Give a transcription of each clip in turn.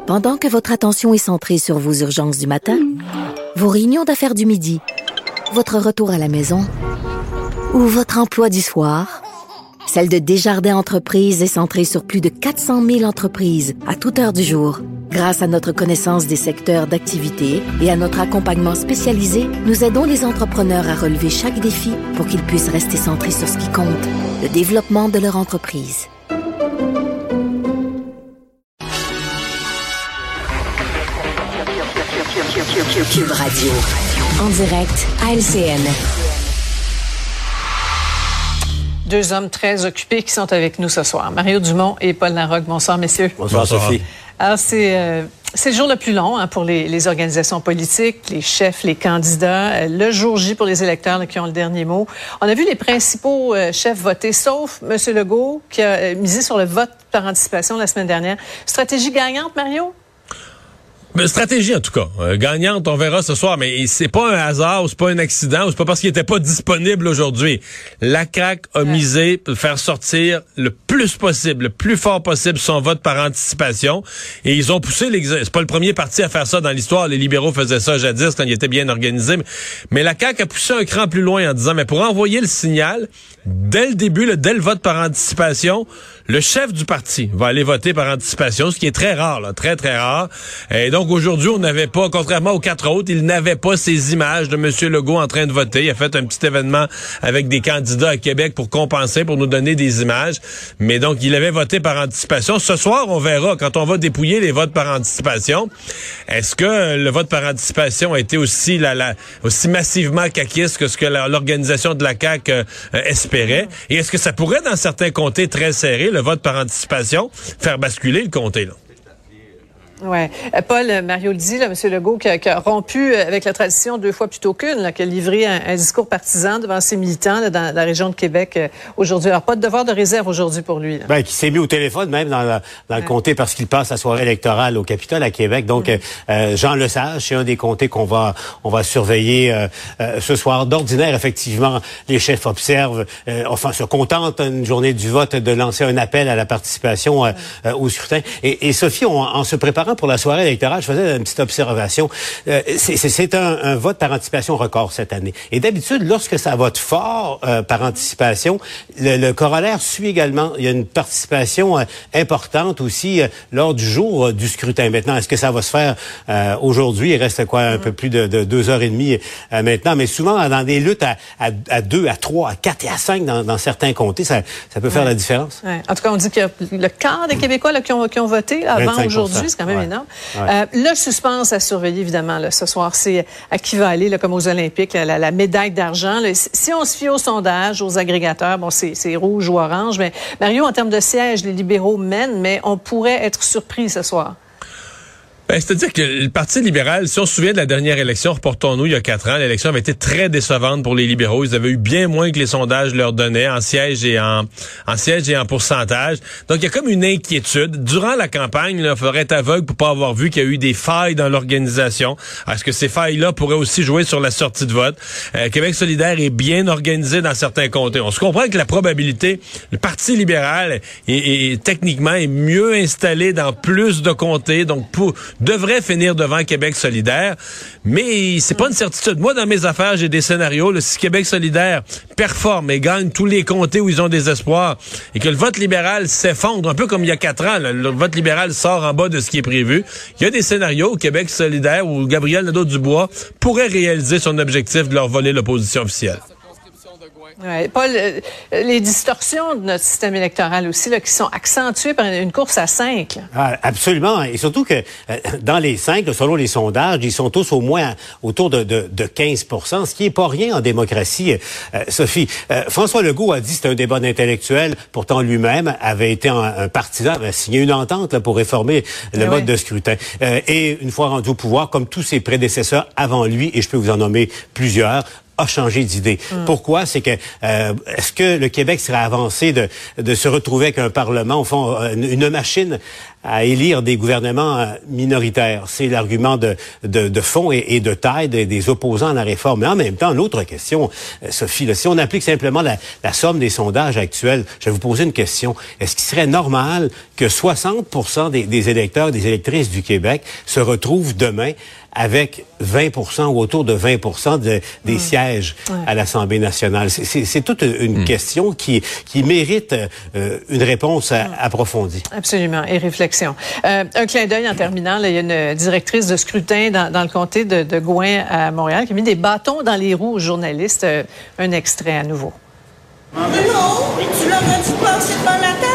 Pendant que votre attention est centrée sur vos urgences du matin, vos réunions d'affaires du midi, votre retour à la maison ou votre emploi du soir, celle de Desjardins Entreprises est centrée sur plus de 400 000 entreprises à toute heure du jour. Grâce à notre connaissance des secteurs d'activité et à notre accompagnement spécialisé, nous aidons les entrepreneurs à relever chaque défi pour qu'ils puissent rester centrés sur ce qui compte, le développement de leur entreprise. Cube Radio. En direct à LCN. Deux hommes très occupés qui sont avec nous ce soir. Mario Dumont et Paul Larocque. Bonsoir, messieurs. Bonsoir, Sophie. Alors, c'est le jour le plus long pour les organisations politiques, les chefs, les candidats. Le jour J pour les électeurs qui ont le dernier mot. On a vu les principaux chefs voter, sauf M. Legault, qui a misé sur le vote par anticipation la semaine dernière. Stratégie gagnante, Mario? Stratégie, en tout cas. Gagnante, on verra ce soir, mais c'est pas un hasard, ou c'est pas un accident, ou c'est pas parce qu'il était pas disponible aujourd'hui. La CAQ a misé pour faire sortir le plus possible, le plus fort possible son vote par anticipation. Et ils ont poussé c'est pas le premier parti à faire ça dans l'histoire. Les libéraux faisaient ça jadis quand ils étaient bien organisés. Mais la CAQ a poussé un cran plus loin en disant, mais pour envoyer le signal, dès le début, dès le vote par anticipation, le chef du parti va aller voter par anticipation, ce qui est très rare, là, très, très rare. Et donc, aujourd'hui, on n'avait pas, contrairement aux quatre autres, il n'avait pas ces images de M. Legault en train de voter. Il a fait un petit événement avec des candidats à Québec pour compenser, pour nous donner des images. Mais donc, il avait voté par anticipation. Ce soir, on verra, quand on va dépouiller les votes par anticipation, est-ce que le vote par anticipation a été aussi aussi massivement caquiste que ce que l'organisation de la CAQ espérait? Et est-ce que ça pourrait, dans certains comtés très serrés, le vote par anticipation, faire basculer le comté, là? Ouais. Paul, Mario le dit, là, M. Legault qui a rompu avec la tradition deux fois plutôt qu'une, qui a livré un discours partisan devant ses militants là, dans la région de Québec aujourd'hui. Alors, pas de devoir de réserve aujourd'hui pour lui. Qui s'est mis au téléphone même dans le comté parce qu'il passe la soirée électorale au Capitole à Québec. Donc, Jean Lesage, c'est un des comtés qu'on va surveiller ce soir. D'ordinaire, effectivement, les chefs observent, se contentent une journée du vote de lancer un appel à la participation au scrutin. Et Sophie, en se préparant pour la soirée électorale, je faisais une petite observation. C'est un vote par anticipation record cette année. Et d'habitude, lorsque ça vote fort par anticipation, le corollaire suit également. Il y a une participation importante aussi lors du jour du scrutin. Maintenant, est-ce que ça va se faire aujourd'hui? Il reste un peu plus de 2h30 maintenant. Mais souvent, dans des luttes à 2, à 3, à 4 et à 5 dans certains comtés, ça peut faire la différence. Ouais. En tout cas, on dit qu'il y a le quart des Québécois là, qui ont voté avant aujourd'hui. C'est quand même énorme. Ouais. Le suspense à surveiller, évidemment, là, ce soir, c'est à qui va aller, là, comme aux Olympiques, la médaille d'argent. Là. Si on se fie au sondage, aux agrégateurs, bon, c'est rouge ou orange. Mais Mario, en termes de sièges, les libéraux mènent, mais on pourrait être surpris ce soir. C'est-à-dire que le Parti libéral, si on se souvient de la dernière élection, reportons-nous il y a 4 ans, l'élection avait été très décevante pour les libéraux. Ils avaient eu bien moins que les sondages leur donnaient en sièges et en pourcentage. Donc, il y a comme une inquiétude. Durant la campagne, il faudrait être aveugle pour pas avoir vu qu'il y a eu des failles dans l'organisation. Est-ce que ces failles-là pourraient aussi jouer sur la sortie de vote? Québec solidaire est bien organisé dans certains comtés. On se comprend que la probabilité, le Parti libéral est techniquement est mieux installé dans plus de comtés, donc devrait finir devant Québec solidaire, mais c'est pas une certitude. Moi, dans mes affaires, j'ai des scénarios. Là, si Québec solidaire performe et gagne tous les comtés où ils ont des espoirs et que le vote libéral s'effondre, un peu comme il y a 4 ans, là, le vote libéral sort en bas de ce qui est prévu, il y a des scénarios où Québec solidaire ou Gabriel Nadeau-Dubois pourrait réaliser son objectif de leur voler l'opposition officielle. Ouais, Paul, les distorsions de notre système électoral aussi, là, qui sont accentuées par une course à 5. Absolument. Et surtout que dans les 5, selon les sondages, ils sont tous au moins autour de 15%, ce qui est pas rien en démocratie, Sophie. François Legault a dit que c'était un débat d'intellectuels. Pourtant, lui-même avait été un partisan, avait signé une entente là, pour réformer le mode de scrutin. Et une fois rendu au pouvoir, comme tous ses prédécesseurs avant lui, et je peux vous en nommer plusieurs, a changé d'idée. Pourquoi? C'est que est-ce que le Québec serait avancé de se retrouver avec un Parlement, au fond, une machine à élire des gouvernements minoritaires. C'est l'argument de fond et de taille des opposants à la réforme. Mais en même temps, une autre question, Sophie, là, si on applique simplement la somme des sondages actuels, je vais vous poser une question. Est-ce qu'il serait normal que 60% des électeurs, des électrices du Québec se retrouvent demain avec 20% ou autour de 20% des sièges à l'Assemblée nationale? C'est toute une question qui mérite une réponse approfondie. Absolument, et réflexion. Un clin d'œil en terminant, là, il y a une directrice de scrutin dans le comté de Gouin à Montréal qui a mis des bâtons dans les roues aux journalistes. Un extrait à nouveau. Non, tu l'aurais dû passer par la table?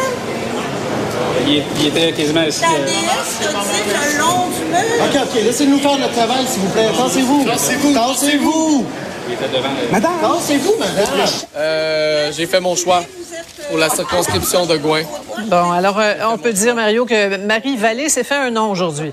Il était quasiment assis. La déesse te dit le long du mur. OK, laissez-nous faire notre travail, s'il vous plaît. Tassez-vous. Tassez-vous. Il était devant. Madame. Tassez-vous, madame. J'ai fait mon choix pour la circonscription de Gouin. Bon, alors, on peut dire, Mario, que Marie Vallée s'est fait un nom aujourd'hui.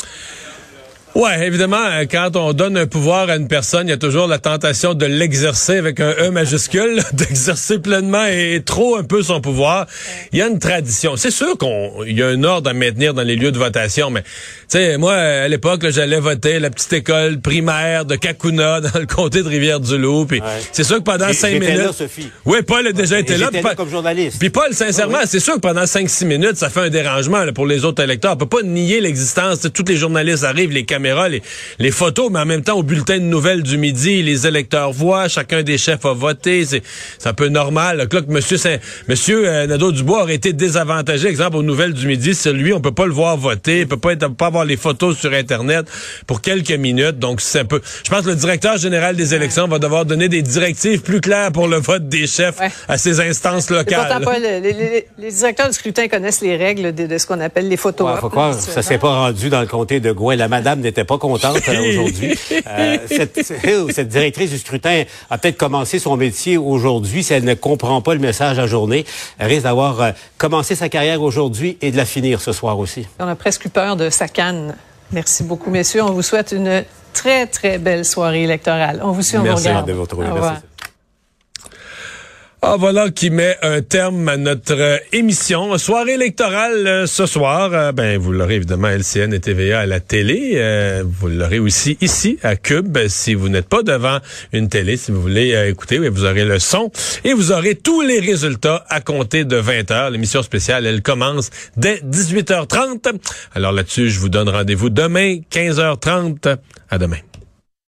Ouais, évidemment, quand on donne un pouvoir à une personne, il y a toujours la tentation de l'exercer avec un E majuscule, d'exercer pleinement et trop un peu son pouvoir. Il y a une tradition. C'est sûr qu'il y a un ordre à maintenir dans les lieux de votation, mais tu sais, moi, à l'époque, là, j'allais voter à la petite école primaire de Kakuna dans le comté de Rivière-du-Loup. Puis c'est sûr que pendant 5 minutes... J'étais là, Sophie. Oui, Paul a déjà été là. J'étais là comme journaliste. Puis Paul, sincèrement, c'est sûr que pendant 5-6 minutes, ça fait un dérangement là, pour les autres électeurs. On peut pas nier l'existence. Tous les journalistes arrivent, les caméras, les photos, mais en même temps, au bulletin de nouvelles du midi, les électeurs voient, chacun des chefs a voté. C'est un peu normal. Là, que monsieur Nadeau-Dubois aurait été désavantagé, exemple, aux nouvelles du midi. C'est lui, on peut pas le voir voter, peut pas avoir les photos sur Internet pour quelques minutes. Donc, c'est un peu... Je pense que le directeur général des élections va devoir donner des directives plus claires pour le vote des chefs à ces instances locales. Pas, les directeurs du scrutin connaissent les règles de ce qu'on appelle les photos. Faut croire, ça s'est pas rendu dans le comté de Gouin. La madame n'était pas contente aujourd'hui. Cette directrice du scrutin a peut-être commencé son métier aujourd'hui. Si elle ne comprend pas le message à journée, elle risque d'avoir commencé sa carrière aujourd'hui et de la finir ce soir aussi. On a presque eu peur de sa canne. Merci beaucoup, messieurs. On vous souhaite une très, très belle soirée électorale. On vous suit, on vous regarde. Merci de vous retrouver. Merci. Ah, voilà qui met un terme à notre émission. Soirée électorale ce soir. Vous l'aurez évidemment à LCN et TVA à la télé. Vous l'aurez aussi ici à Cube. Si vous n'êtes pas devant une télé, si vous voulez écouter, vous aurez le son et vous aurez tous les résultats à compter de 20h. L'émission spéciale, elle commence dès 18h30. Alors là-dessus, je vous donne rendez-vous demain, 15h30. À demain.